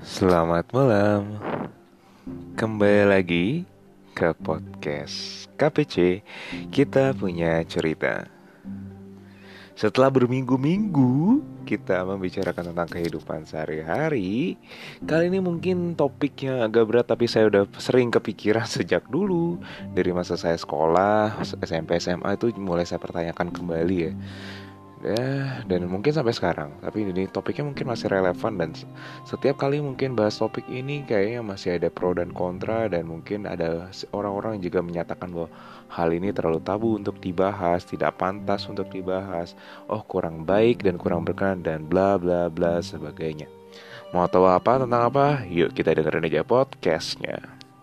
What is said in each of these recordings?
Selamat malam. Kembali lagi ke podcast KPC. Kita punya cerita. Setelah berminggu-minggu kita membicarakan tentang kehidupan sehari-hari, kali ini mungkin topiknya agak berat, tapi saya udah sering kepikiran sejak dulu. Dari masa saya sekolah, SMP, SMA itu mulai saya pertanyakan kembali ya. Dan mungkin sampai sekarang. Tapi ini topiknya mungkin masih relevan. Dan setiap kali mungkin bahas topik ini kayaknya masih ada pro dan kontra. Dan mungkin ada orang-orang yang juga menyatakan bahwa hal ini terlalu tabu untuk dibahas, tidak pantas untuk dibahas, oh kurang baik dan kurang berkenan, dan bla bla bla sebagainya. Mau tahu apa tentang apa? Yuk kita dengerin aja podcastnya.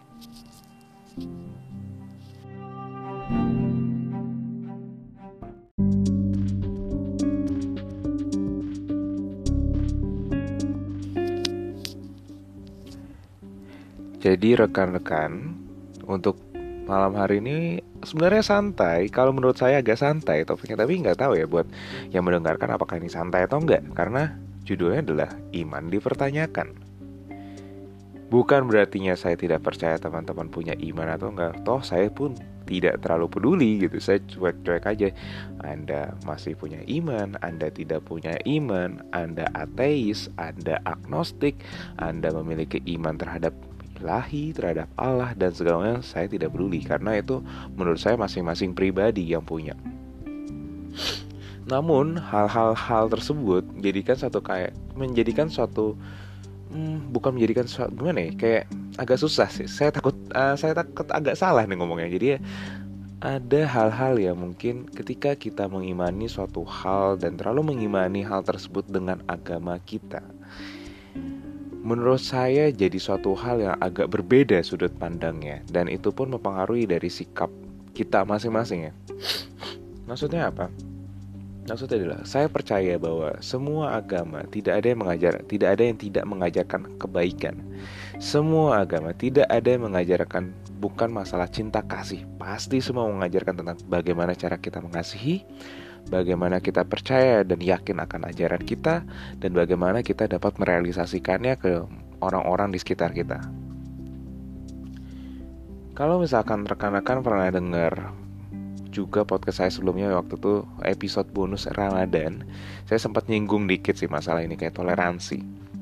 Jadi rekan-rekan, untuk malam hari ini sebenarnya santai. Kalau menurut saya agak santai topiknya, tapi nggak tahu ya buat yang mendengarkan apakah ini santai atau enggak. Karena judulnya adalah Iman Dipertanyakan. Bukan berartinya saya tidak percaya teman-teman punya iman atau enggak. Toh saya pun tidak terlalu peduli gitu. Saya cuek-cuek aja. Anda masih punya iman, Anda tidak punya iman, Anda ateis, Anda agnostik, Anda memiliki iman terhadap ilahi, terhadap Allah dan segalanya, saya tidak peduli. Karena itu menurut saya masing-masing pribadi yang punya. Namun hal-hal tersebut menjadikan suatu bukan menjadikan suatu, gimana ya, kayak agak susah sih. Saya takut agak salah nih ngomongnya. Jadi ya, ada hal-hal yang mungkin ketika kita mengimani suatu hal dan terlalu mengimani hal tersebut dengan agama kita, menurut saya jadi suatu hal yang agak berbeda sudut pandangnya. Dan itu pun mempengaruhi dari sikap kita masing-masing ya. Maksudnya apa? Maksudnya adalah saya percaya bahwa semua agama tidak ada yang tidak mengajarkan kebaikan. Semua agama tidak ada yang mengajarkan bukan masalah cinta kasih. Pasti semua mengajarkan tentang bagaimana cara kita mengasihi, bagaimana kita percaya dan yakin akan ajaran kita, dan bagaimana kita dapat merealisasikannya ke orang-orang di sekitar kita. Kalau misalkan rekan-rekan pernah dengar juga podcast saya sebelumnya, waktu itu episode bonus Ramadan, saya sempat nyinggung dikit sih masalah ini, kayak toleransi.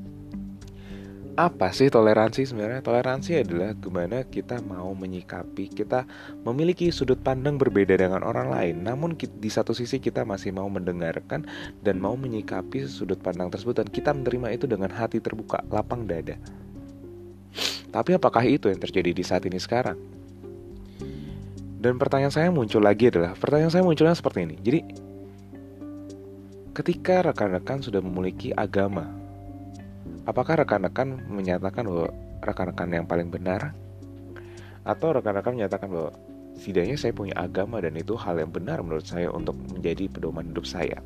Apa sih toleransi sebenarnya? Toleransi adalah gimana kita mau menyikapi, kita memiliki sudut pandang berbeda dengan orang lain, namun di satu sisi kita masih mau mendengarkan dan mau menyikapi sudut pandang tersebut, dan kita menerima itu dengan hati terbuka, lapang dada. Tapi apakah itu yang terjadi di saat ini sekarang? Dan pertanyaan saya munculnya seperti ini. Jadi, ketika rekan-rekan sudah memiliki agama, apakah rekan-rekan menyatakan bahwa rekan-rekan yang paling benar? Atau rekan-rekan menyatakan bahwa setidaknya saya punya agama dan itu hal yang benar menurut saya untuk menjadi pedoman hidup saya?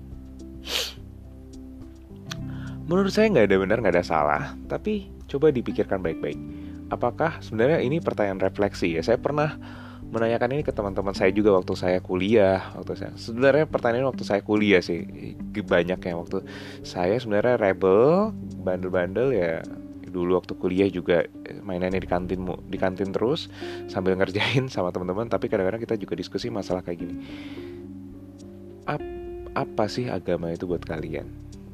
Menurut saya nggak ada benar, nggak ada salah. Tapi coba dipikirkan baik-baik. Apakah sebenarnya ini pertanyaan refleksi ya? Saya pernah menanyakan ini ke teman-teman saya juga waktu saya kuliah. Sebenarnya pertanyaan waktu saya kuliah sih banyak ya. Waktu saya sebenarnya rebel, bandel-bandel ya. Dulu waktu kuliah juga mainannya di kantin terus sambil ngerjain sama teman-teman. Tapi kadang-kadang kita juga diskusi masalah kayak gini. Apa sih agama itu buat kalian?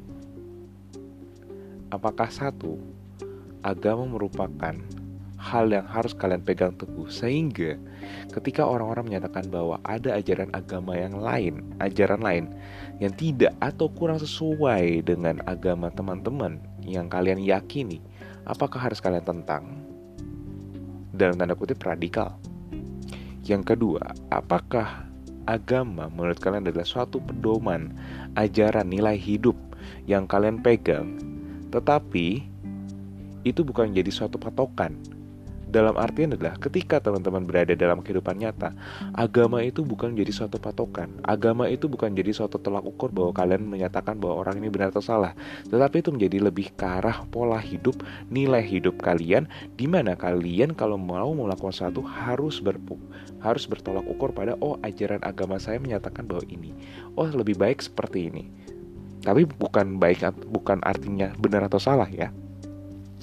Apakah satu, agama merupakan hal yang harus kalian pegang teguh, sehingga ketika orang-orang menyatakan bahwa ada ajaran lain yang tidak atau kurang sesuai dengan agama teman-teman yang kalian yakini, apakah harus kalian tentang? Dalam tanda kutip radikal. Yang kedua, apakah agama menurut kalian adalah suatu pedoman, ajaran, nilai hidup yang kalian pegang, tetapi itu bukan jadi suatu patokan? Dalam artian adalah ketika teman-teman berada dalam kehidupan nyata, agama itu bukan jadi suatu patokan. Agama itu bukan jadi suatu tolak ukur bahwa kalian menyatakan bahwa orang ini benar atau salah. Tetapi itu menjadi lebih ke arah pola hidup, nilai hidup kalian, di mana kalian kalau mau melakukan sesuatu harus bertolak ukur pada, oh ajaran agama saya menyatakan bahwa ini, oh lebih baik seperti ini. Tapi bukan artinya benar atau salah ya.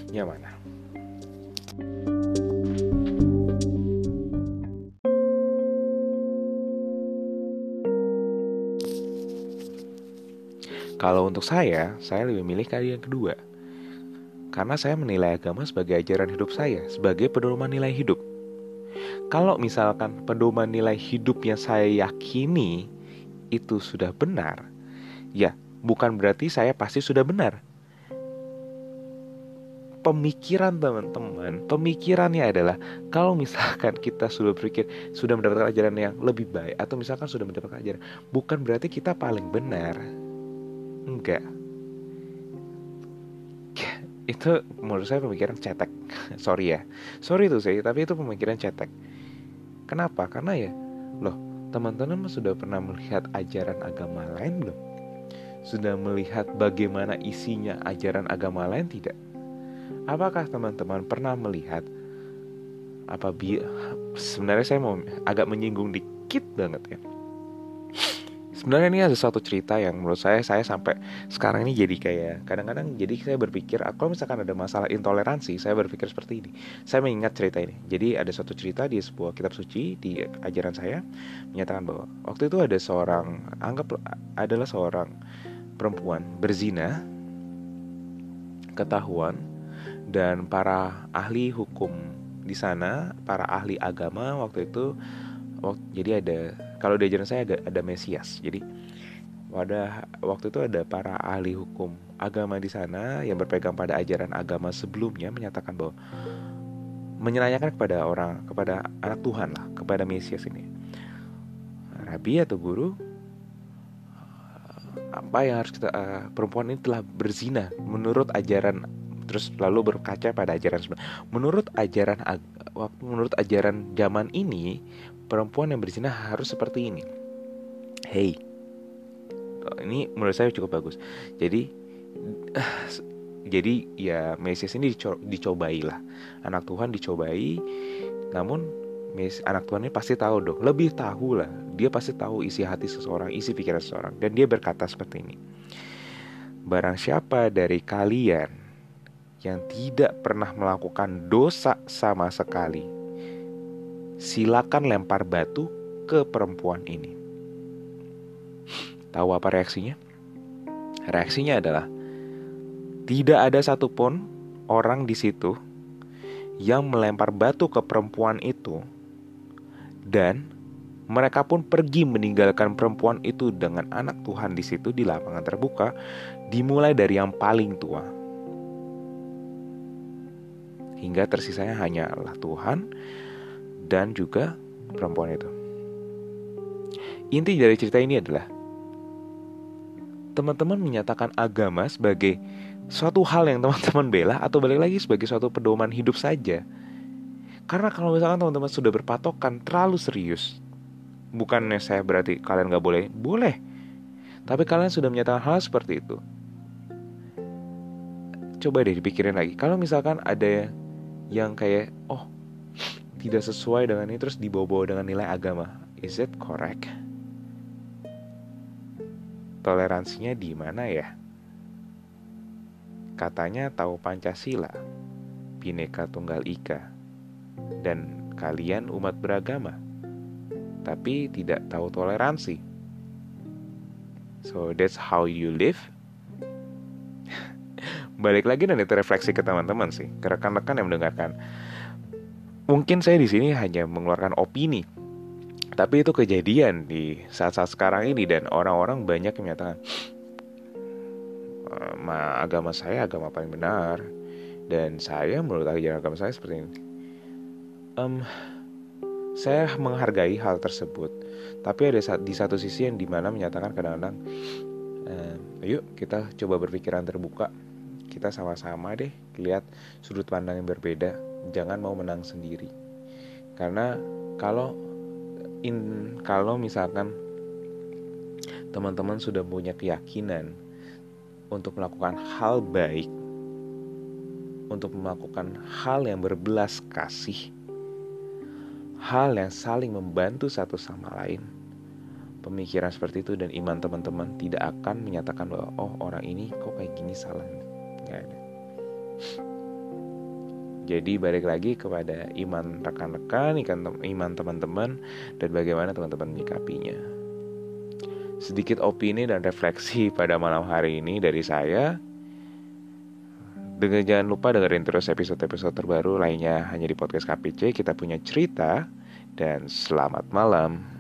Yang mana? Kalau untuk saya lebih milih kali yang kedua. Karena saya menilai agama sebagai ajaran hidup saya, sebagai pedoman nilai hidup. Kalau misalkan pedoman nilai hidup yang saya yakini itu sudah benar, ya bukan berarti saya pasti sudah benar. Pemikiran teman-teman, pemikirannya adalah kalau misalkan kita sudah berpikir sudah mendapatkan ajaran yang lebih baik, atau misalkan sudah mendapatkan ajaran, bukan berarti kita paling benar. Enggak. Itu menurut saya pemikiran cetek. Sorry tuh saya, tapi itu pemikiran cetek. Kenapa? Karena ya, loh, teman-teman sudah pernah melihat ajaran agama lain belum? Sudah melihat bagaimana isinya ajaran agama lain tidak? Apakah teman-teman pernah melihat sebenarnya saya mau agak menyinggung dikit banget ya. Sebenarnya ini ada suatu cerita yang menurut saya sampai sekarang ini jadi kayak kadang-kadang jadi saya berpikir kalau misalkan ada masalah intoleransi, saya berpikir seperti ini. Saya mengingat cerita ini. Jadi ada suatu cerita di sebuah kitab suci di ajaran saya menyatakan bahwa waktu itu ada adalah seorang perempuan berzina, ketahuan, dan para ahli hukum di sana, para ahli agama waktu itu, jadi kalau di ajaran saya ada Mesias. Jadi waktu itu ada para ahli hukum agama di sana yang berpegang pada ajaran agama sebelumnya menyatakan bahwa menanyakan kepada anak Tuhan lah, kepada Mesias ini, Rabi atau guru, apa yang harus kita perempuan ini telah berzina menurut ajaran, terus lalu berkaca pada ajaran menurut ajaran zaman ini perempuan yang berzina harus seperti ini. Hey, ini menurut saya cukup bagus. Jadi ya Mesias ini dicobai lah, anak Tuhan dicobai. Namun anak Tuhan ini pasti tahu dong, lebih tahu lah, dia pasti tahu isi hati seseorang, isi pikiran seseorang, dan dia berkata seperti ini: barang siapa dari kalian yang tidak pernah melakukan dosa sama sekali, silakan lempar batu ke perempuan ini. Tahu apa reaksinya? Reaksinya adalah tidak ada satupun orang di situ yang melempar batu ke perempuan itu, dan mereka pun pergi meninggalkan perempuan itu dengan anak Tuhan di situ di lapangan terbuka, dimulai dari yang paling tua hingga tersisanya hanyalah Tuhan dan juga perempuan itu. Inti dari cerita ini adalah teman-teman menyatakan agama sebagai suatu hal yang teman-teman bela, atau balik lagi sebagai suatu pedoman hidup saja. Karena kalau misalkan teman-teman sudah berpatokan terlalu serius, bukannya saya berarti kalian gak boleh, boleh. Tapi kalian sudah menyatakan hal seperti itu, coba deh dipikirin lagi. Kalau misalkan ada yang kayak tidak sesuai dengan ini, terus dibawa-bawa dengan nilai agama, is it correct? Toleransinya di mana ya? Katanya tahu Pancasila, Bhinneka Tunggal Ika, dan kalian umat beragama, tapi tidak tahu toleransi. So that's how you live. Balik lagi dan itu refleksi ke teman-teman sih, ke rekan-rekan yang mendengarkan. Mungkin saya di sini hanya mengeluarkan opini, tapi itu kejadian di saat-saat sekarang ini, dan orang-orang banyak yang menyatakan agama saya agama paling benar, dan saya menurut ajaran agama saya seperti ini. Saya menghargai hal tersebut, tapi ada di satu sisi yang dimana menyatakan kadang-kadang ayo kita coba berpikiran terbuka, kita sama-sama deh lihat sudut pandang yang berbeda, jangan mau menang sendiri. Karena kalau misalkan teman-teman sudah punya keyakinan untuk melakukan hal baik, untuk melakukan hal yang berbelas kasih, hal yang saling membantu satu sama lain, pemikiran seperti itu dan iman teman-teman tidak akan menyatakan bahwa orang ini kok kayak gini salah. Nggak ada. Jadi balik lagi kepada iman rekan-rekan, iman teman-teman, dan bagaimana teman-teman menyikapinya. Sedikit opini dan refleksi pada malam hari ini dari saya. Jangan lupa dengerin terus episode-episode terbaru lainnya hanya di podcast KPC. Kita punya cerita, dan selamat malam.